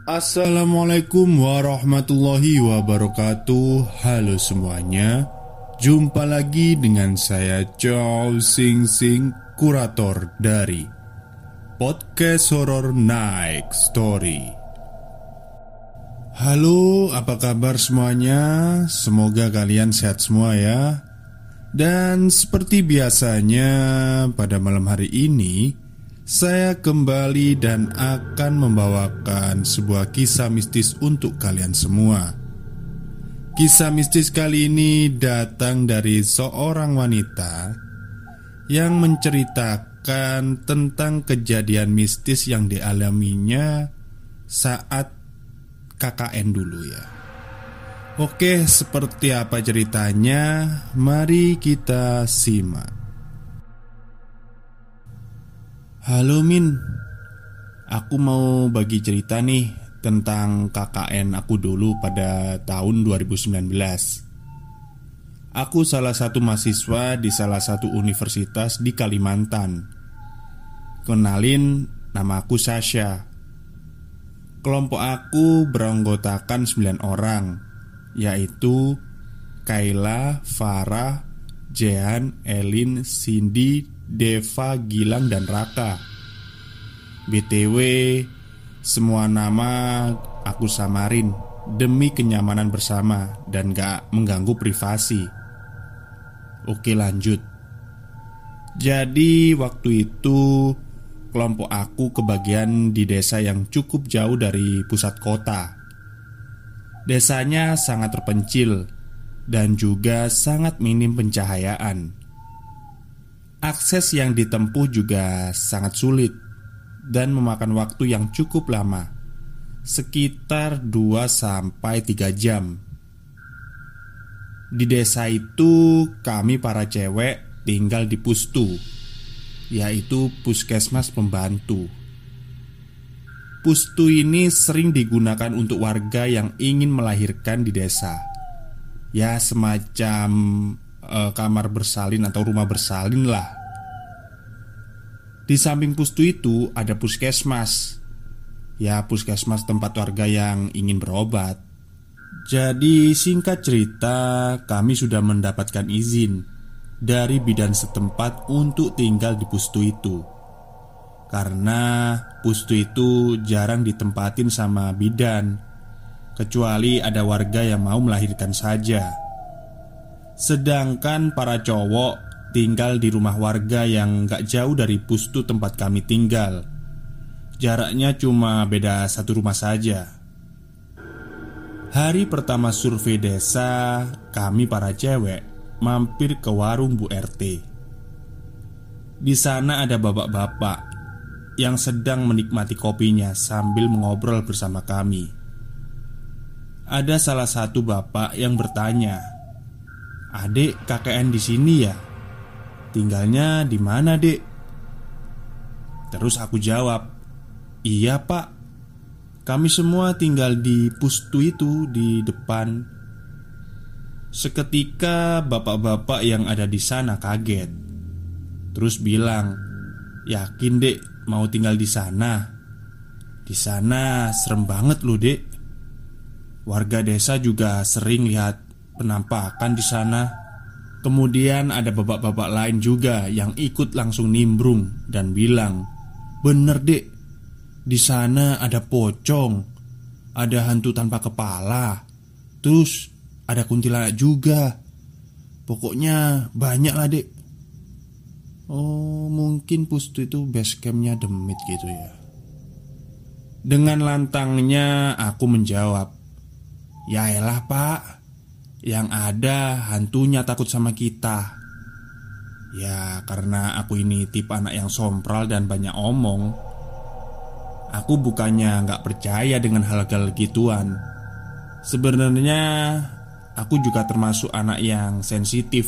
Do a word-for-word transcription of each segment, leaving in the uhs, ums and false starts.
Assalamualaikum warahmatullahi wabarakatuh. Halo semuanya, jumpa lagi dengan saya Chow Sing Sing, kurator dari podcast horor Night Story. Halo, apa kabar semuanya? Semoga kalian sehat semua ya. Dan seperti biasanya pada malam hari ini saya kembali dan akan membawakan sebuah kisah mistis untuk kalian semua. Kisah mistis kali ini datang dari seorang wanita yang menceritakan tentang kejadian mistis yang dialaminya saat K K N dulu ya. Oke, seperti apa ceritanya? Mari kita simak. Halo Min, aku mau bagi cerita nih tentang K K N aku dulu pada tahun dua ribu sembilan belas. Aku salah satu mahasiswa di salah satu universitas di Kalimantan. Kenalin, nama aku Sasha. Kelompok aku beranggotakan sembilan orang, yaitu Kayla, Farah, Jehan, Elin, Cindy, Deva, Gilang, dan Raka. B T W, semua nama aku samarin demi kenyamanan bersama dan gak mengganggu privasi. Oke, lanjut. Jadi waktu itu kelompok aku kebagian di desa yang cukup jauh dari pusat kota. Desanya sangat terpencil dan juga sangat minim pencahayaan. Akses yang ditempuh juga sangat sulit dan memakan waktu yang cukup lama, sekitar dua sampai tiga jam. Di desa itu kami para cewek tinggal di pustu, yaitu puskesmas pembantu. Pustu ini sering digunakan untuk warga yang ingin melahirkan di desa. Ya, semacam uh, kamar bersalin atau rumah bersalin lah. Di samping pustu itu ada puskesmas. Ya, puskesmas tempat warga yang ingin berobat. Jadi singkat cerita, kami sudah mendapatkan izin dari bidan setempat untuk tinggal di pustu itu. Karena pustu itu jarang ditempatin sama bidan, kecuali ada warga yang mau melahirkan saja. Sedangkan para cowok tinggal di rumah warga yang gak jauh dari pustu tempat kami tinggal. Jaraknya cuma beda satu rumah saja. Hari pertama survei desa, kami para cewek mampir ke warung Bu R T. Di sana ada bapak-bapak yang sedang menikmati kopinya sambil mengobrol bersama kami. Ada salah satu bapak yang bertanya, "Adek, K K N di sini ya? Tinggalnya di mana, Dek?" Terus aku jawab, "Iya, Pak. Kami semua tinggal di pustu itu di depan." Seketika bapak-bapak yang ada di sana kaget. Terus bilang, "Yakin, Dek, mau tinggal di sana? Di sana serem banget loh, Dek. Warga desa juga sering lihat penampakan di sana." Kemudian ada bapak-bapak lain juga yang ikut langsung nimbrung dan bilang, "Bener, Dek. Di sana ada pocong, ada hantu tanpa kepala, terus ada kuntilanak juga. Pokoknya banyak lah, Dek." Oh, mungkin pustu itu base campnya demit gitu ya. Dengan lantangnya aku menjawab, "Ya elah, Pak. Yang ada hantunya takut sama kita." Ya, karena aku ini tipe anak yang sompral dan banyak omong, aku bukannya gak percaya dengan hal-hal gituan. Sebenarnya aku juga termasuk anak yang sensitif.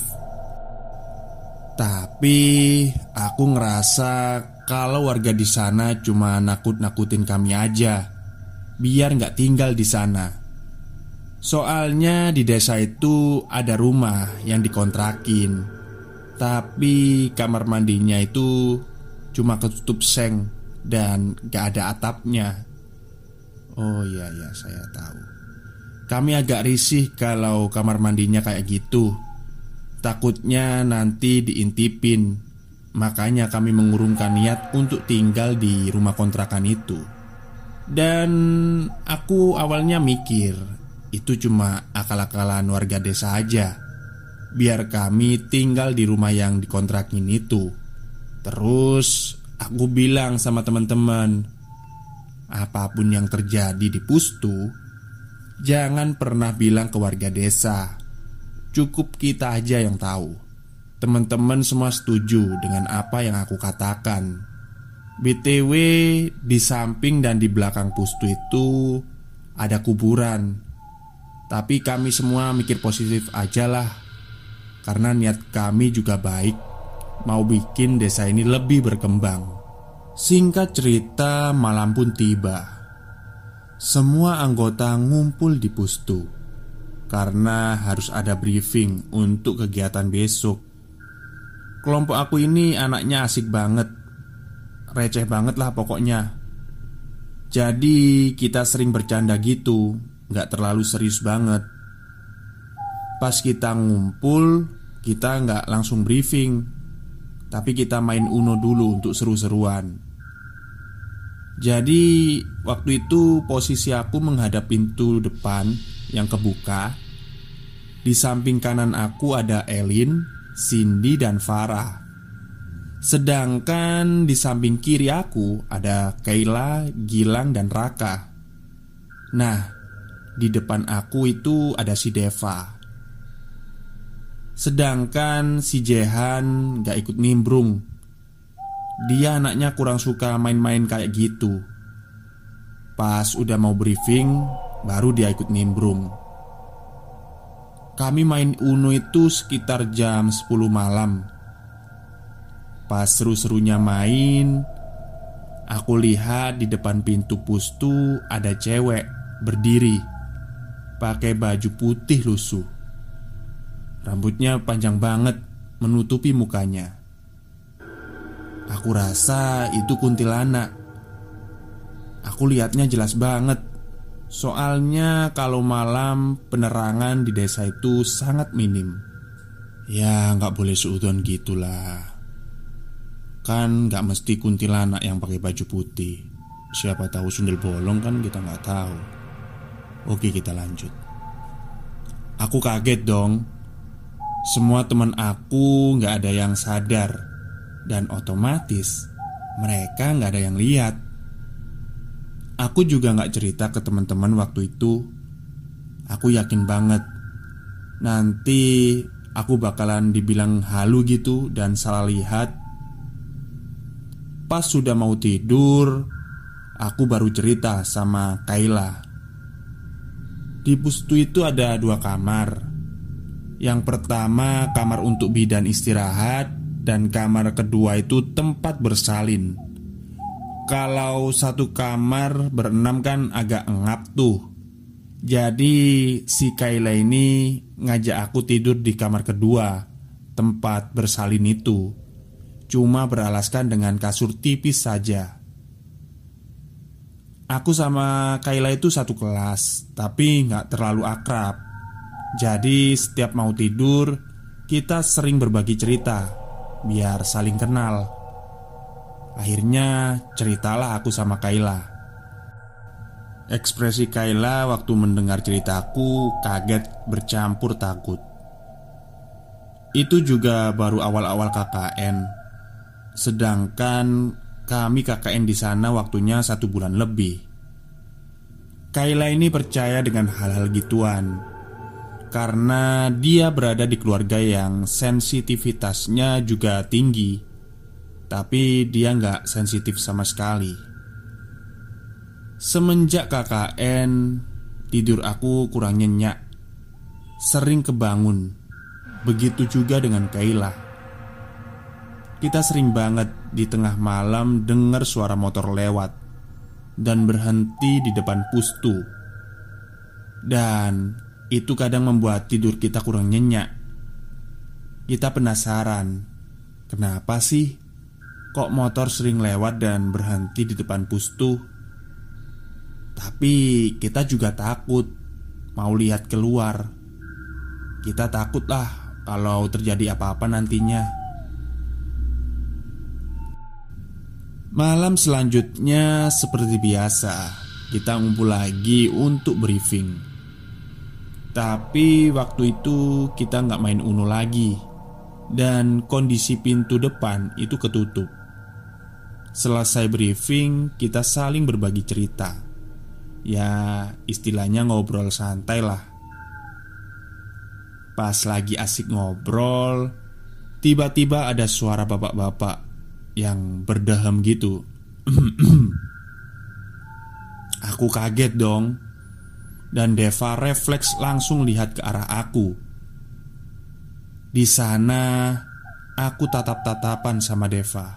Tapi aku ngerasa kalau warga di sana cuma nakut-nakutin kami aja, biar gak tinggal di sana. Soalnya di desa itu ada rumah yang dikontrakin, tapi kamar mandinya itu cuma ketutup seng dan gak ada atapnya. Oh iya ya, saya tahu. Kami agak risih kalau kamar mandinya kayak gitu. Takutnya nanti diintipin. Makanya kami mengurungkan niat untuk tinggal di rumah kontrakan itu. Dan aku awalnya mikir itu cuma akal-akalan warga desa aja, biar kami tinggal di rumah yang dikontrakin itu. Terus aku bilang sama teman-teman, apapun yang terjadi di Pustu, jangan pernah bilang ke warga desa. Cukup kita aja yang tahu. Teman-teman semua setuju dengan apa yang aku katakan. B T W, di samping dan di belakang Pustu itu ada kuburan. Tapi kami semua mikir positif aja lah, karena niat kami juga baik, mau bikin desa ini lebih berkembang. Singkat cerita, malam pun tiba. Semua anggota ngumpul di Pustu karena harus ada briefing untuk kegiatan besok. Kelompok aku ini anaknya asik banget, receh banget lah pokoknya. Jadi kita sering bercanda gitu, gak terlalu serius banget. Pas kita ngumpul, kita gak langsung briefing, tapi kita main Uno dulu untuk seru-seruan. Jadi waktu itu posisi aku menghadap pintu depan yang kebuka. Di samping kanan aku ada Elin, Cindy, dan Farah. Sedangkan di samping kiri aku ada Kayla, Gilang, dan Raka. Nah, di depan aku itu ada si Deva. Sedangkan si Jehan gak ikut nimbrung. Dia anaknya kurang suka main-main kayak gitu. Pas udah mau briefing, baru dia ikut nimbrung. Kami main Uno itu sekitar jam sepuluh malam. Pas seru-serunya main, aku lihat di depan pintu Pustu ada cewek berdiri, pakai baju putih lusuh. Rambutnya panjang banget, menutupi mukanya. Aku rasa itu kuntilanak. Aku lihatnya jelas banget. Soalnya kalau malam penerangan di desa itu sangat minim. Ya nggak boleh suudon gitulah. Kan nggak mesti kuntilanak yang pakai baju putih. Siapa tahu sundel bolong kan kita nggak tahu. Oke, kita lanjut. Aku kaget dong. Semua teman aku nggak ada yang sadar, dan otomatis mereka nggak ada yang lihat. Aku juga gak cerita ke teman-teman waktu itu. Aku yakin banget nanti aku bakalan dibilang halu gitu dan salah lihat. Pas sudah mau tidur, aku baru cerita sama Kayla. Di Pustu itu ada dua kamar. Yang pertama kamar untuk bidan istirahat, dan kamar kedua itu tempat bersalin. Kalau satu kamar berenam kan agak engap tuh. Jadi si Kayla ini ngajak aku tidur di kamar kedua, tempat bersalin itu. Cuma beralaskan dengan kasur tipis saja. Aku sama Kayla itu satu kelas, tapi gak terlalu akrab. Jadi setiap mau tidur, kita sering berbagi cerita, biar saling kenal. Akhirnya ceritalah aku sama Kayla. Ekspresi Kayla waktu mendengar ceritaku kaget bercampur takut. Itu juga baru awal-awal K K N. Sedangkan kami K K N di sana waktunya satu bulan lebih. Kayla ini percaya dengan hal-hal gituan karena dia berada di keluarga yang sensitivitasnya juga tinggi. Tapi dia nggak sensitif sama sekali. Semenjak K K N, tidur aku kurang nyenyak, sering kebangun. Begitu juga dengan Kayla. Kita sering banget di tengah malam dengar suara motor lewat dan berhenti di depan Pustu. Dan itu kadang membuat tidur kita kurang nyenyak. Kita penasaran, kenapa sih kok motor sering lewat dan berhenti di depan Pustu? Tapi kita juga takut mau lihat keluar. Kita takut lah kalau terjadi apa-apa nantinya. Malam selanjutnya seperti biasa, kita ngumpul lagi untuk briefing. Tapi waktu itu kita nggak main Uno lagi, dan kondisi pintu depan itu ketutup. Selesai briefing, kita saling berbagi cerita. Ya, istilahnya ngobrol santai lah. Pas lagi asik ngobrol, tiba-tiba ada suara bapak-bapak yang berdehem gitu. Aku kaget dong. Dan Deva refleks langsung lihat ke arah aku. Di sana aku tatap-tatapan sama Deva.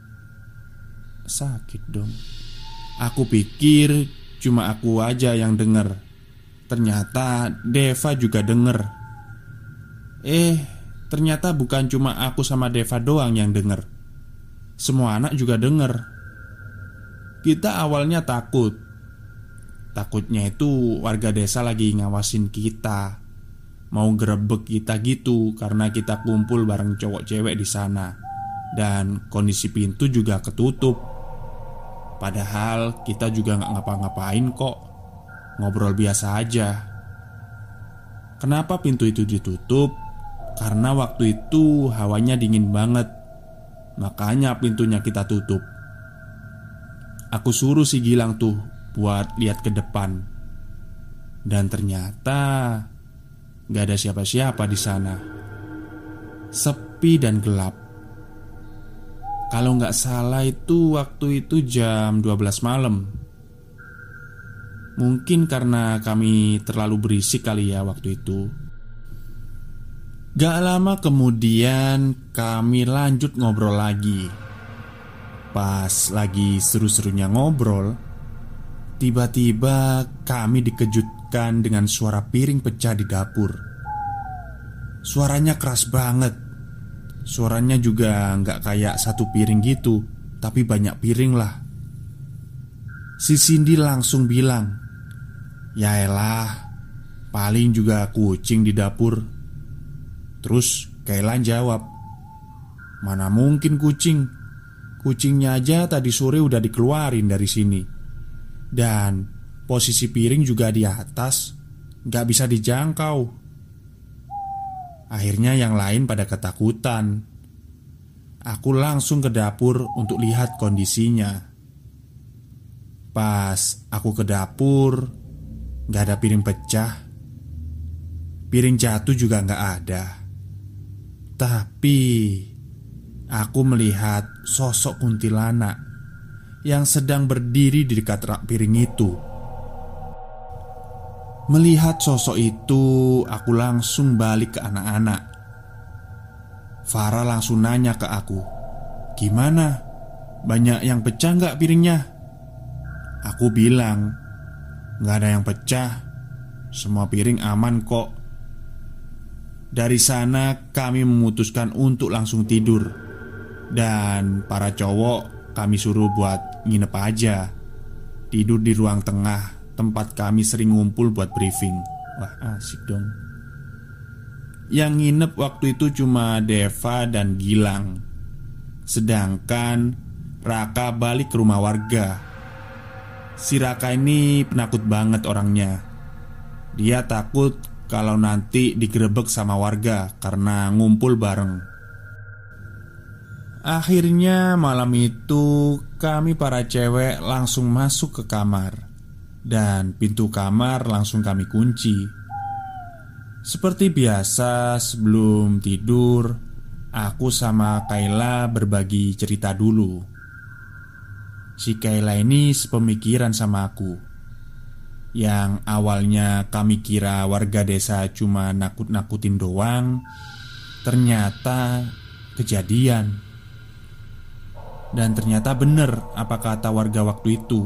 Sakit dong. Aku pikir cuma aku aja yang denger. Ternyata Deva juga denger. Eh, ternyata bukan cuma aku sama Deva doang yang denger. Semua anak juga denger. Kita awalnya takut. Takutnya itu warga desa lagi ngawasin kita, mau gerebek kita gitu karena kita kumpul bareng cowok cewek di sana. Dan kondisi pintu juga ketutup. Padahal kita juga gak ngapa-ngapain kok. Ngobrol biasa aja. Kenapa pintu itu ditutup? Karena waktu itu hawanya dingin banget. Makanya pintunya kita tutup. Aku suruh si Gilang tuh buat lihat ke depan. Dan ternyata gak ada siapa-siapa di sana. Sepi dan gelap. Kalau gak salah itu waktu itu jam dua belas malam. Mungkin karena kami terlalu berisik kali ya waktu itu. Gak lama kemudian kami lanjut ngobrol lagi. Pas lagi seru-serunya ngobrol, tiba-tiba kami dikejutkan dengan suara piring pecah di dapur. Suaranya keras banget. Suaranya juga nggak kayak satu piring gitu, tapi banyak piring lah. Si Cindy langsung bilang, "Yaelah, paling juga kucing di dapur." Terus Kailan jawab, "Mana mungkin kucing. Kucingnya aja tadi sore udah dikeluarin dari sini. Dan posisi piring juga di atas, gak bisa dijangkau." Akhirnya yang lain pada ketakutan. Aku langsung ke dapur untuk lihat kondisinya. Pas aku ke dapur, gak ada piring pecah. Piring jatuh juga gak ada. Tapi aku melihat sosok kuntilanak yang sedang berdiri di dekat rak piring itu. Melihat sosok itu, aku langsung balik ke anak-anak. Farah langsung nanya ke aku, "Gimana? Banyak yang pecah gak piringnya?" Aku bilang, "Gak ada yang pecah. Semua piring aman kok." Dari sana kami memutuskan untuk langsung tidur. Dan para cowok kami suruh buat nginep aja, tidur di ruang tengah, tempat kami sering ngumpul buat briefing. Wah, asik dong. Yang nginep waktu itu cuma Deva dan Gilang. Sedangkan Raka balik ke rumah warga. Si Raka ini penakut banget orangnya. Dia takut kalau nanti digerebek sama warga karena ngumpul bareng. Akhirnya malam itu kami para cewek langsung masuk ke kamar. Dan pintu kamar langsung kami kunci. Seperti biasa sebelum tidur, aku sama Kayla berbagi cerita dulu. Si Kayla ini sepemikiran sama aku. Yang awalnya kami kira warga desa cuma nakut-nakutin doang, ternyata kejadian. Dan ternyata bener apa kata warga waktu itu.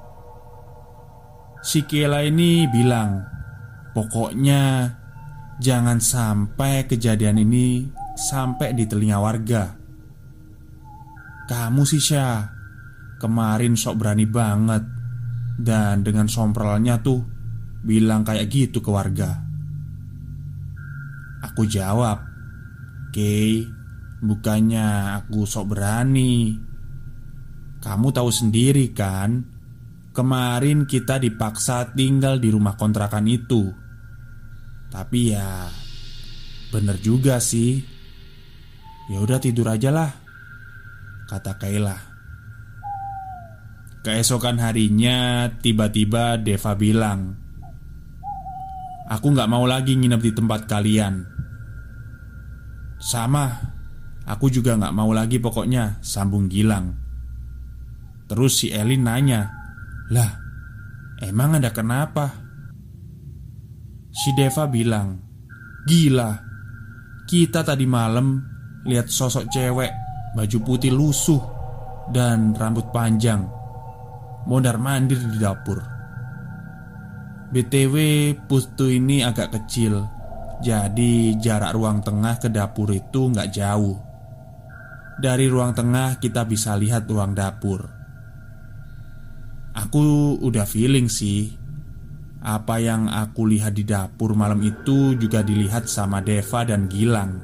Si Kayla ini bilang, pokoknya jangan sampai kejadian ini sampai di telinga warga. Kamu sih Syah, kemarin sok berani banget. Dan dengan sompralnya tuh bilang kayak gitu ke warga. Aku jawab, "Kay, bukannya aku sok berani. Kamu tahu sendiri kan, kemarin kita dipaksa tinggal di rumah kontrakan itu. Tapi ya bener juga sih. Ya udah tidur aja lah," kata Kayla. Keesokan harinya tiba-tiba Deva bilang, "Aku gak mau lagi nginep di tempat kalian." "Sama, aku juga gak mau lagi pokoknya," sambung Gilang. Terus si Elin nanya, "Lah, emang ada kenapa?" Si Deva bilang, "Gila, kita tadi malam lihat sosok cewek baju putih lusuh dan rambut panjang mondar-mandir di dapur. B T W pustu ini agak kecil, jadi jarak ruang tengah ke dapur itu nggak jauh. Dari ruang tengah kita bisa lihat ruang dapur. Aku udah feeling sih, apa yang aku lihat di dapur malam itu juga dilihat sama Deva dan Gilang."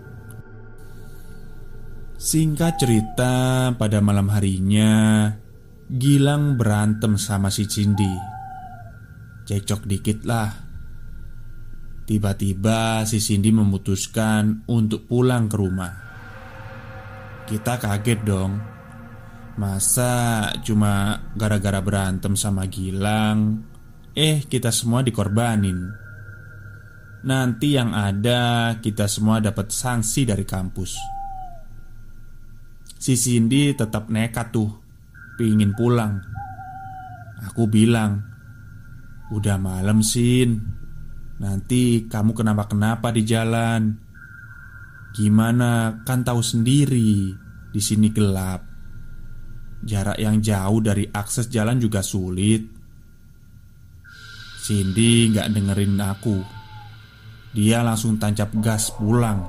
Singkat cerita, pada malam harinya Gilang berantem sama si Cindy. Cekcok dikit lah. Tiba-tiba si Cindy memutuskan untuk pulang ke rumah. Kita kaget dong. Masa cuma gara-gara berantem sama Gilang, eh kita semua dikorbanin. Nanti yang ada kita semua dapat sanksi dari kampus. Si Cindy tetap nekat tuh, pingin pulang. Aku bilang, "Udah malam, Sin. Nanti kamu kenapa-kenapa di jalan. Gimana, kan tahu sendiri di sini gelap. Jarak yang jauh dari akses jalan juga sulit." Cindy gak dengerin aku. Dia langsung tancap gas pulang.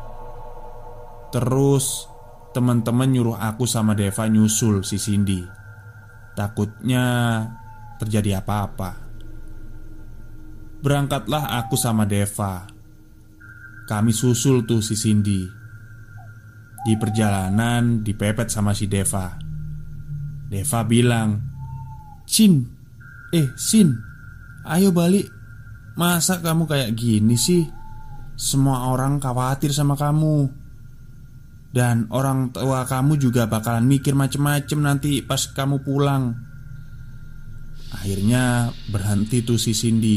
Terus teman-teman nyuruh aku sama Deva nyusul si Cindy. Takutnya terjadi apa-apa. Berangkatlah aku sama Deva. Kami susul tuh si Cindy. Di perjalanan dipepet sama si Deva. Deva bilang, "Cin, eh Sin, ayo balik. Masa kamu kayak gini sih? Semua orang khawatir sama kamu. Dan orang tua kamu juga bakalan mikir macem-macem nanti pas kamu pulang." Akhirnya berhenti tuh si Cindy.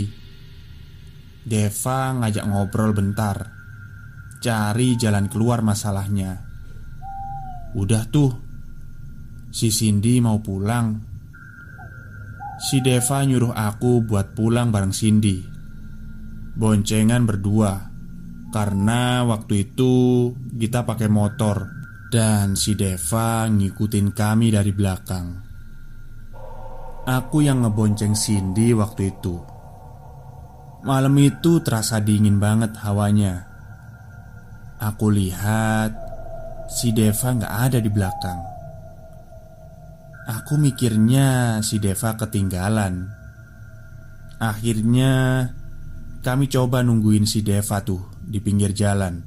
Deva ngajak ngobrol bentar, cari jalan keluar masalahnya. Udah tuh, si Cindy mau pulang. Si Deva nyuruh aku buat pulang bareng Cindy, boncengan berdua. Karena waktu itu kita pakai motor dan si Deva ngikutin kami dari belakang. Aku yang ngebonceng Cindy waktu itu. Malam itu terasa dingin banget hawanya. Aku lihat si Deva gak ada di belakang. Aku mikirnya si Deva ketinggalan. Akhirnya kami coba nungguin si Deva tuh di pinggir jalan.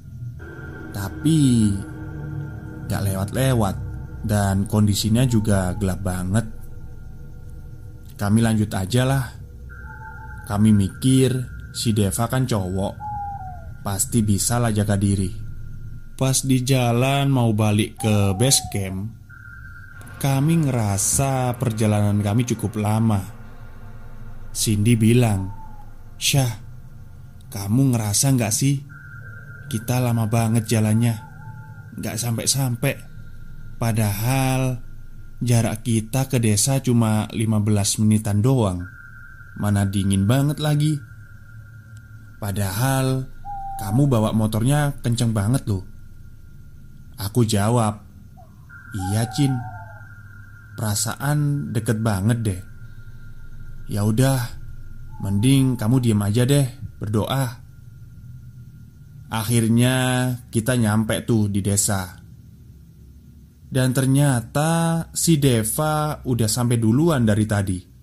Tapi gak lewat-lewat. Dan kondisinya juga gelap banget. Kami lanjut aja lah. Kami mikir si Deva kan cowok, pasti bisa lah jaga diri. Pas di jalan mau balik ke base camp, kami ngerasa perjalanan kami cukup lama. Cindy bilang, "Syah, kamu ngerasa gak sih? Kita lama banget jalannya, gak sampai-sampai. Padahal jarak kita ke desa cuma lima belas menitan doang. Mana dingin banget lagi. Padahal kamu bawa motornya kenceng banget loh." Aku jawab, "Iya Cin, perasaan deket banget deh." "Ya udah, mending kamu diem aja deh, berdoa." Akhirnya kita nyampe tuh di desa. Dan ternyata si Deva udah sampai duluan dari tadi.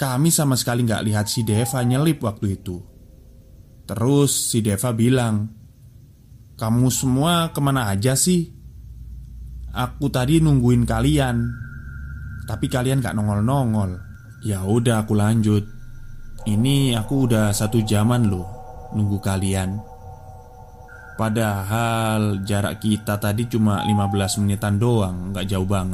Kami sama sekali nggak lihat si Deva nyelip waktu itu. Terus si Deva bilang, "Kamu semua kemana aja sih? Aku tadi nungguin kalian, tapi kalian gak nongol-nongol." Ya udah, aku lanjut. "Ini aku udah satu jaman loh nunggu kalian. Padahal jarak kita tadi cuma lima belas menitan doang, gak jauh banget."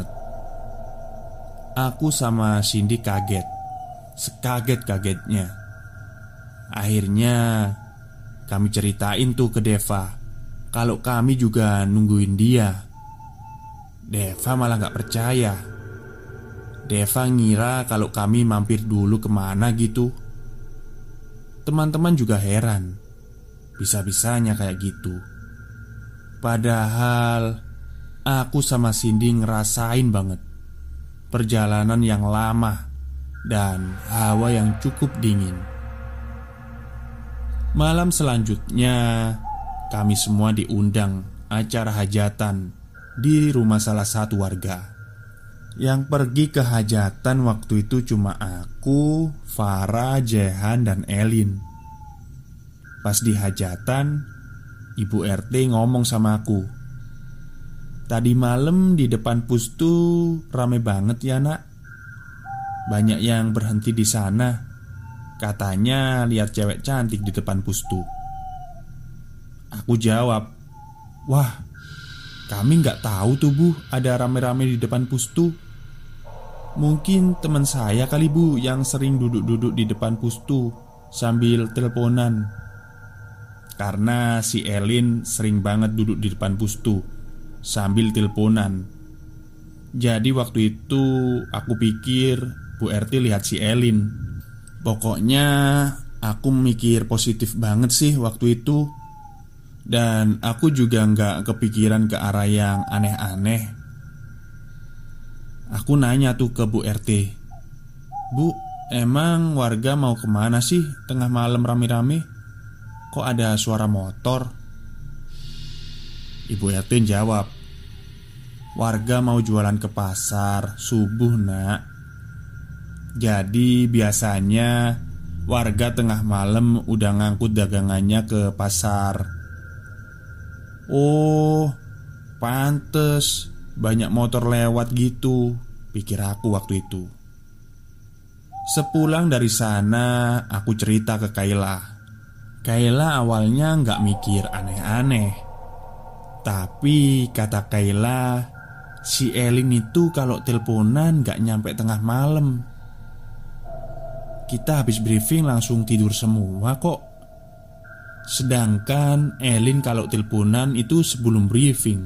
Aku sama Cindy kaget, sekaget-kagetnya. Akhirnya kami ceritain tuh ke Deva kalau kami juga nungguin dia. Deva malah gak percaya. Deva ngira kalau kami mampir dulu kemana gitu. Teman-teman juga heran, bisa-bisanya kayak gitu. Padahal aku sama Cindy ngerasain banget perjalanan yang lama dan hawa yang cukup dingin. Malam selanjutnya kami semua diundang acara hajatan di rumah salah satu warga. Yang pergi ke hajatan waktu itu cuma aku, Farah, Jehan, dan Elin. Pas di hajatan, Ibu R T ngomong sama aku, "Tadi malam di depan pustu rame banget ya nak. Banyak yang berhenti di sana. Katanya lihat cewek cantik di depan pustu." Aku jawab, "Wah, kami nggak tahu tuh bu, ada rame-rame di depan pustu. Mungkin teman saya kali bu yang sering duduk-duduk di depan pustu sambil teleponan." Karena si Elin sering banget duduk di depan pustu sambil teleponan. Jadi waktu itu aku pikir Bu R T lihat si Elin. Pokoknya aku mikir positif banget sih waktu itu. Dan aku juga nggak kepikiran ke arah yang aneh-aneh. Aku nanya tuh ke Bu R T, "Bu, emang warga mau kemana sih tengah malam rame-rame? Kok ada suara motor?" Ibu R T jawab, "Warga mau jualan ke pasar subuh nak. Jadi biasanya warga tengah malam udah ngangkut dagangannya ke pasar." "Oh, pantes banyak motor lewat gitu," pikir aku waktu itu. Sepulang dari sana, aku cerita ke Kayla. Kayla awalnya nggak mikir aneh-aneh. Tapi kata Kayla, si Elin itu kalau teleponan nggak nyampe tengah malam. Kita habis briefing langsung tidur semua kok. Sedangkan Elin kalau teleponan itu sebelum briefing.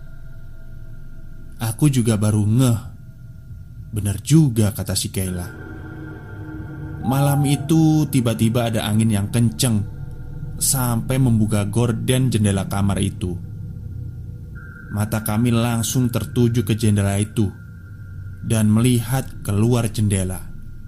Aku juga baru ngeh. Bener juga kata si Kayla. Malam itu tiba-tiba ada angin yang kenceng sampai membuka gorden jendela kamar itu. Mata kami langsung tertuju ke jendela itu dan melihat keluar jendela.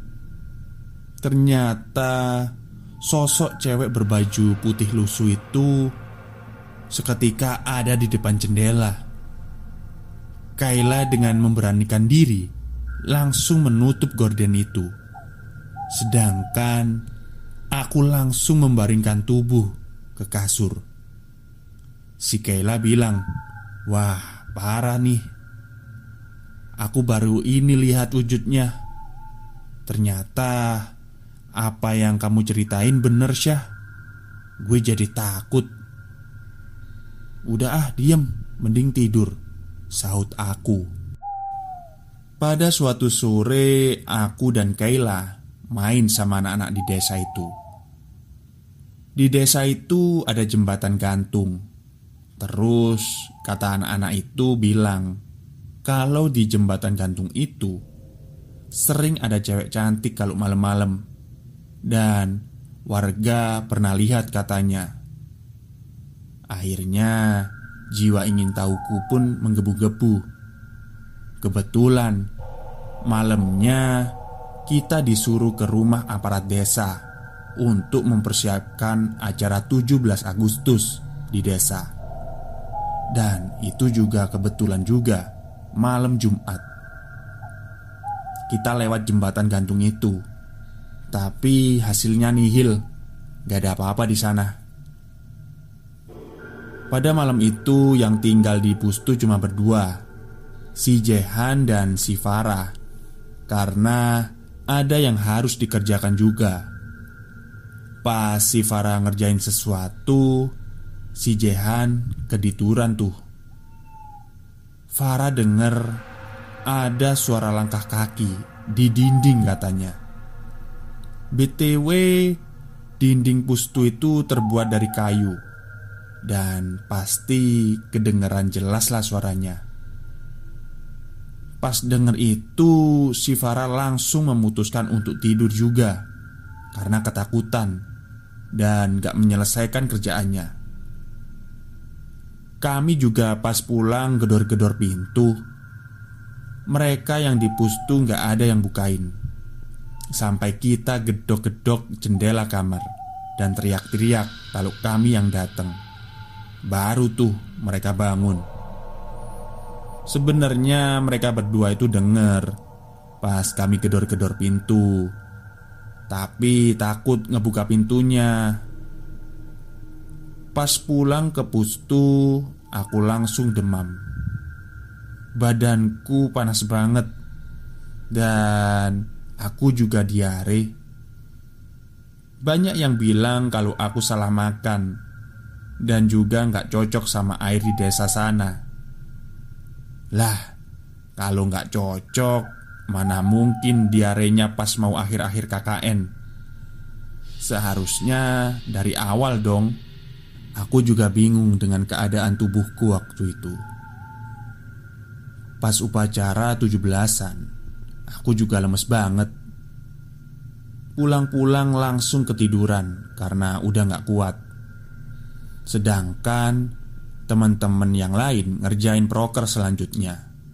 Ternyata sosok cewek berbaju putih lusuh itu seketika ada di depan jendela. Kayla dengan memberanikan diri langsung menutup gorden itu. Sedangkan aku langsung membaringkan tubuh ke kasur. Si Kayla bilang, "Wah, parah nih. Aku baru ini lihat wujudnya. Ternyata apa yang kamu ceritain bener Syah. Gue jadi takut." "Udah ah, diem, mending tidur," sahut aku. Pada suatu sore, aku dan Kayla main sama anak-anak di desa itu. Di desa itu ada jembatan gantung. Terus kata anak-anak itu bilang kalau di jembatan gantung itu sering ada cewek cantik kalau malam-malam. Dan warga pernah lihat katanya. Akhirnya jiwa ingin tahuku pun menggebu-gebu. Kebetulan malamnya kita disuruh ke rumah aparat desa untuk mempersiapkan acara tujuh belas Agustus di desa. Dan itu juga kebetulan juga malam Jumat. Kita lewat jembatan gantung itu Tapi hasilnya nihil, gak ada apa-apa di sana. Pada malam itu yang tinggal di Pustu cuma berdua, si Jehan dan si Farah, karena ada yang harus dikerjakan juga. Pas si Farah ngerjain sesuatu, si Jehan ketiduran tuh. Farah denger ada suara langkah kaki di dinding katanya. B T W, dinding Pustu itu terbuat dari kayu, dan pasti kedengeran jelas lah suaranya. Pas denger itu, si Farah langsung memutuskan untuk tidur juga karena ketakutan dan gak menyelesaikan kerjaannya. Kami juga pas pulang gedor-gedor pintu. Mereka yang di Pustu gak ada yang bukain, sampai kita gedok-gedok jendela kamar dan teriak-teriak kalau kami yang datang. Baru tuh mereka bangun. Sebenarnya mereka berdua itu denger pas kami gedor-gedor pintu, tapi takut ngebuka pintunya. Pas pulang ke Pustu, aku langsung demam. Badanku panas banget, dan aku juga diare. Banyak yang bilang kalau aku salah makan, dan juga gak cocok sama air di desa sana. Lah, kalau gak cocok, mana mungkin diarenya pas mau akhir-akhir K K N. Seharusnya dari awal dong. Aku juga bingung dengan keadaan tubuhku waktu itu. Pas upacara tujuh belasan, aku juga lemes banget. Pulang-pulang langsung ketiduran karena udah gak kuat. Sedangkan teman-teman yang lain ngerjain proker selanjutnya.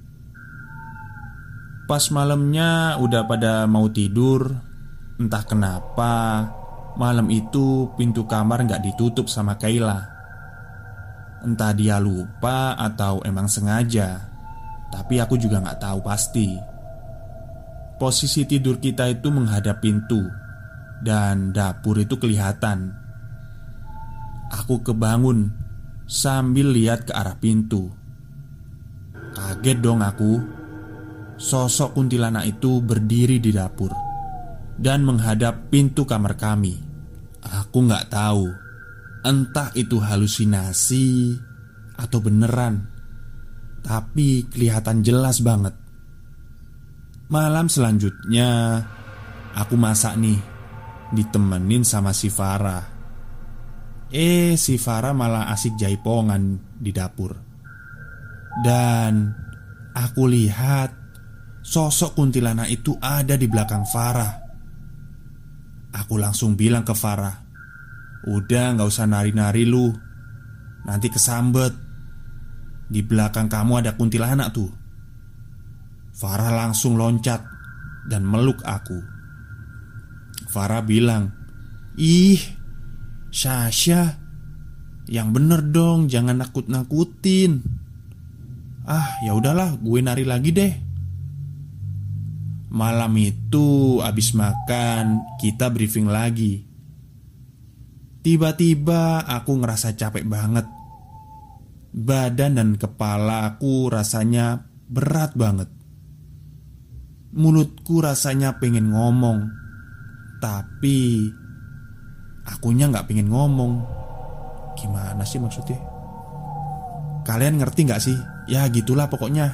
Pas malamnya udah pada mau tidur, entah kenapa malam itu pintu kamar gak ditutup sama Kayla. Entah dia lupa atau emang sengaja, tapi aku juga gak tahu pasti. Posisi tidur kita itu menghadap pintu, dan dapur itu kelihatan. Aku kebangun sambil lihat ke arah pintu. Kaget dong aku. Sosok kuntilanak itu berdiri di dapur dan menghadap pintu kamar kami. Aku gak tahu, entah itu halusinasi atau beneran, tapi kelihatan jelas banget. Malam selanjutnya aku masak nih, ditemenin sama si Farah. Eh, si Farah malah asik jaipongan di dapur. Dan aku lihat sosok kuntilanak itu ada di belakang Farah. Aku langsung bilang ke Farah, "Udah gak usah nari-nari lu, nanti kesambet. Di belakang kamu ada kuntilanak tuh." Farah langsung loncat dan meluk aku. Farah bilang, "Ih, Sasha, yang bener dong, jangan nakut-nakutin." Ah, ya udahlah, gue nari lagi deh. Malam itu abis makan, kita briefing lagi. Tiba-tiba aku ngerasa capek banget. Badan dan kepala aku rasanya berat banget. Mulutku rasanya pengen ngomong, tapi akunya gak pengen ngomong. Gimana sih maksudnya? Kalian ngerti gak sih? Ya gitulah pokoknya.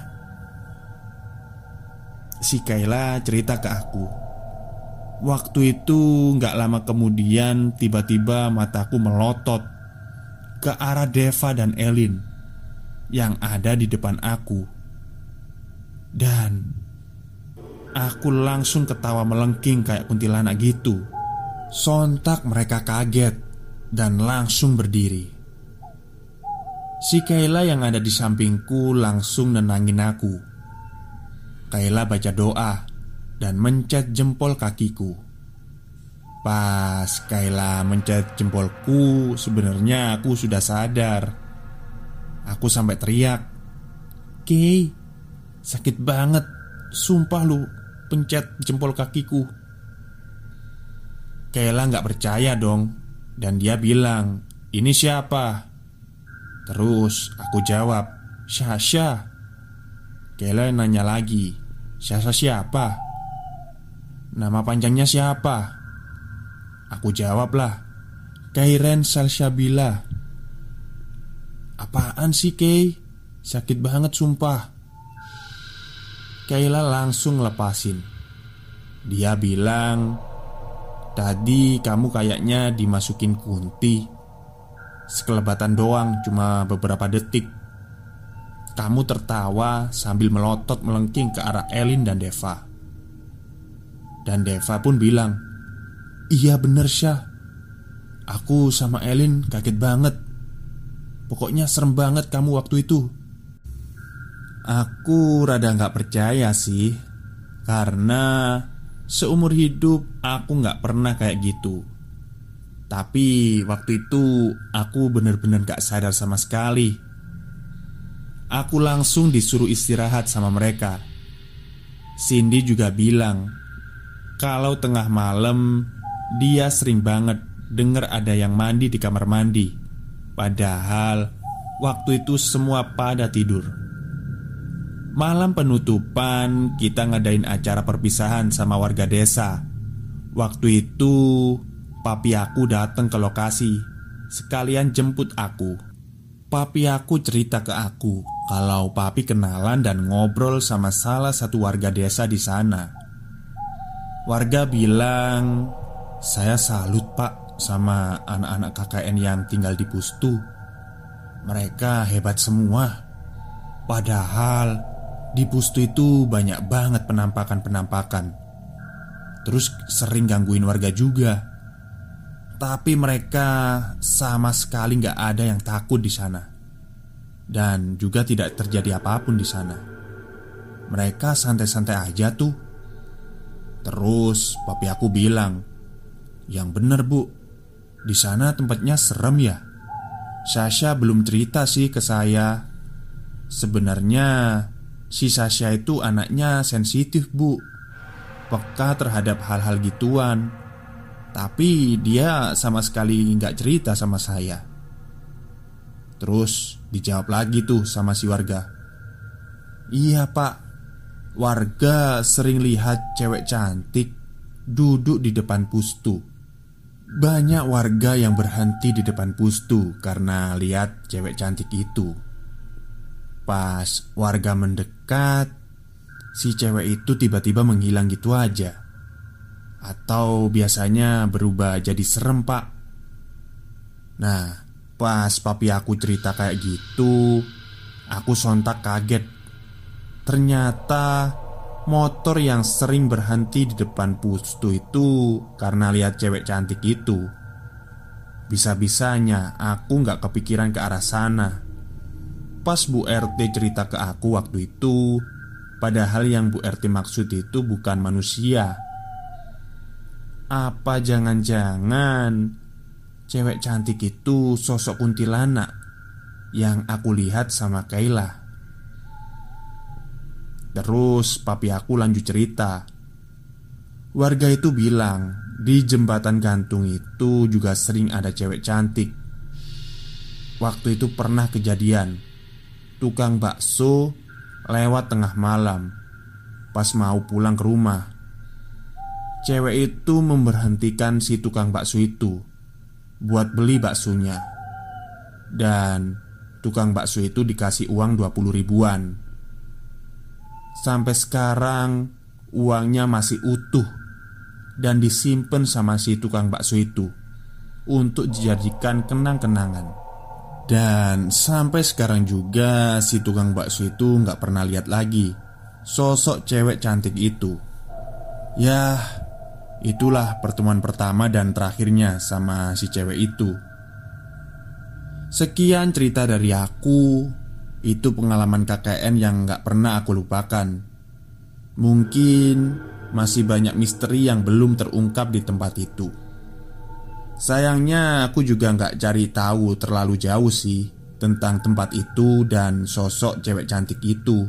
Si Kayla cerita ke aku. Waktu itu gak lama kemudian tiba-tiba mataku melotot ke arah Deva dan Elin yang ada di depan aku. Dan aku langsung ketawa melengking kayak kuntilanak gitu. Sontak mereka kaget dan langsung berdiri. Si Kayla yang ada di sampingku langsung nenangin aku. Kayla baca doa dan mencet jempol kakiku. Pas Kayla mencet jempolku, sebenarnya aku sudah sadar. Aku sampai teriak, "Kay, sakit banget. Sumpah lu pencet jempol kakiku." Kayla gak percaya dong, dan dia bilang, "Ini siapa?" Terus aku jawab, "Sasha." Kayla nanya lagi, "Sasha siapa? Nama panjangnya siapa?" Aku jawablah, "Kairen Salsabila." "Apaan sih, Kay? Sakit banget sumpah." Kayla langsung lepasin. Dia bilang, "Tadi kamu kayaknya dimasukin kunti. Sekelebatan doang, cuma beberapa detik. Kamu tertawa sambil melotot melengking ke arah Elin dan Deva." Dan Deva pun bilang, "Iya bener Syah, aku sama Elin kaget banget. Pokoknya serem banget kamu waktu itu." Aku rada gak percaya sih, karena seumur hidup aku gak pernah kayak gitu. Tapi waktu itu aku bener-bener gak sadar sama sekali. Aku langsung disuruh istirahat sama mereka. Cindy juga bilang kalau tengah malam dia sering banget dengar ada yang mandi di kamar mandi. Padahal waktu itu semua pada tidur. Malam penutupan kita ngadain acara perpisahan sama warga desa. Waktu itu papi aku datang ke lokasi, sekalian jemput aku. Papi aku cerita ke aku kalau papi kenalan dan ngobrol sama salah satu warga desa di sana. Warga bilang, "Saya salut pak sama anak-anak K K N yang tinggal di Pustu. Mereka hebat semua. Padahal di Pustu itu banyak banget penampakan-penampakan. Terus sering gangguin warga juga. Tapi mereka sama sekali gak ada yang takut di sana. Dan juga tidak terjadi apapun di sana. Mereka santai-santai aja tuh." Terus papi aku bilang, "Yang bener bu, di sana tempatnya serem ya. Sasha belum cerita sih ke saya. Sebenarnya si Sasha itu anaknya sensitif bu, peka terhadap hal-hal gituan. Tapi dia sama sekali gak cerita sama saya." Terus dijawab lagi tuh sama si warga, "Iya pak, warga sering lihat cewek cantik duduk di depan Pustu. Banyak warga yang berhenti di depan Pustu karena lihat cewek cantik itu. Pas warga mendekat, si cewek itu tiba-tiba menghilang gitu aja. Atau biasanya berubah jadi serem pak." Nah, pas papi aku cerita kayak gitu, aku sontak kaget. Ternyata motor yang sering berhenti di depan Pustu itu karena lihat cewek cantik itu. Bisa-bisanya aku gak kepikiran ke arah sana. Pas Bu R T cerita ke aku waktu itu, padahal yang Bu R T maksud itu bukan manusia. Apa jangan-jangan cewek cantik itu sosok kuntilanak yang aku lihat sama Kayla? Terus papi aku lanjut cerita. Warga itu bilang di jembatan gantung itu juga sering ada cewek cantik. Waktu itu pernah kejadian tukang bakso lewat tengah malam. Pas mau pulang ke rumah, cewek itu memberhentikan si tukang bakso itu buat beli baksonya. Dan tukang bakso itu dikasih uang dua puluh ribuan. Sampai sekarang uangnya masih utuh dan disimpan sama si tukang bakso itu untuk dijadikan kenang-kenangan. Dan sampai sekarang juga si tukang bakso itu gak pernah lihat lagi sosok cewek cantik itu. Ya, itulah pertemuan pertama dan terakhirnya sama si cewek itu. Sekian cerita dari aku. Itu pengalaman K K N yang gak pernah aku lupakan. Mungkin masih banyak misteri yang belum terungkap di tempat itu. Sayangnya aku juga gak cari tahu terlalu jauh sih tentang tempat itu dan sosok cewek cantik itu.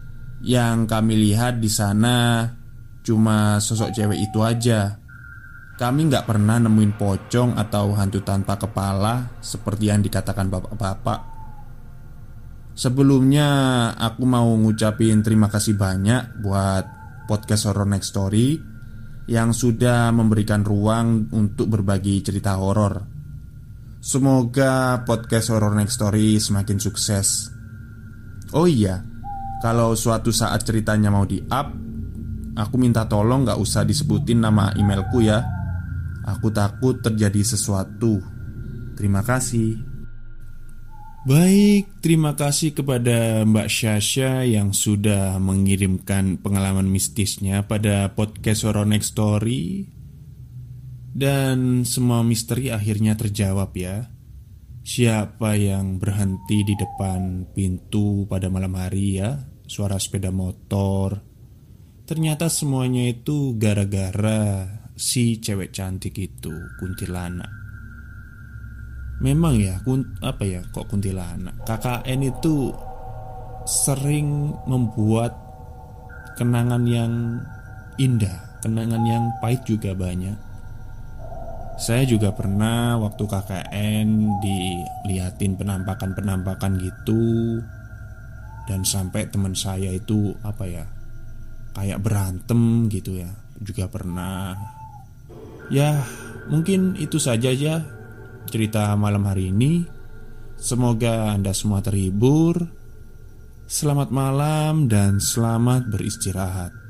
Yang kami lihat di sana cuma sosok cewek itu aja. kami nggak pernah nemuin pocong atau hantu tanpa kepala seperti yang dikatakan bapak-bapak. Sebelumnya aku mau ngucapin terima kasih banyak buat podcast Horror Next Story yang sudah memberikan ruang untuk berbagi cerita horor. Semoga podcast Horror Next Story semakin sukses. Oh iya, kalau suatu saat ceritanya mau di-up, aku minta tolong gak usah disebutin nama emailku ya. Aku takut terjadi sesuatu. Terima kasih. Baik, terima kasih kepada Mbak Syasha yang sudah mengirimkan pengalaman mistisnya pada podcast Horror Next Story. Dan semua misteri akhirnya terjawab ya. Siapa yang berhenti di depan pintu pada malam hari ya? Suara sepeda motor. Ternyata semuanya itu gara-gara si cewek cantik itu, kuntilanak. Memang ya, kun, apa ya, kok kuntilanak. K K N itu sering membuat kenangan yang indah, kenangan yang pahit juga banyak. Saya juga pernah waktu K K N diliatin penampakan-penampakan gitu. Dan sampai teman saya itu apa ya, kayak berantem gitu ya, juga pernah. Ya, mungkin itu saja ya cerita malam hari ini. Semoga Anda semua terhibur. Selamat malam dan selamat beristirahat.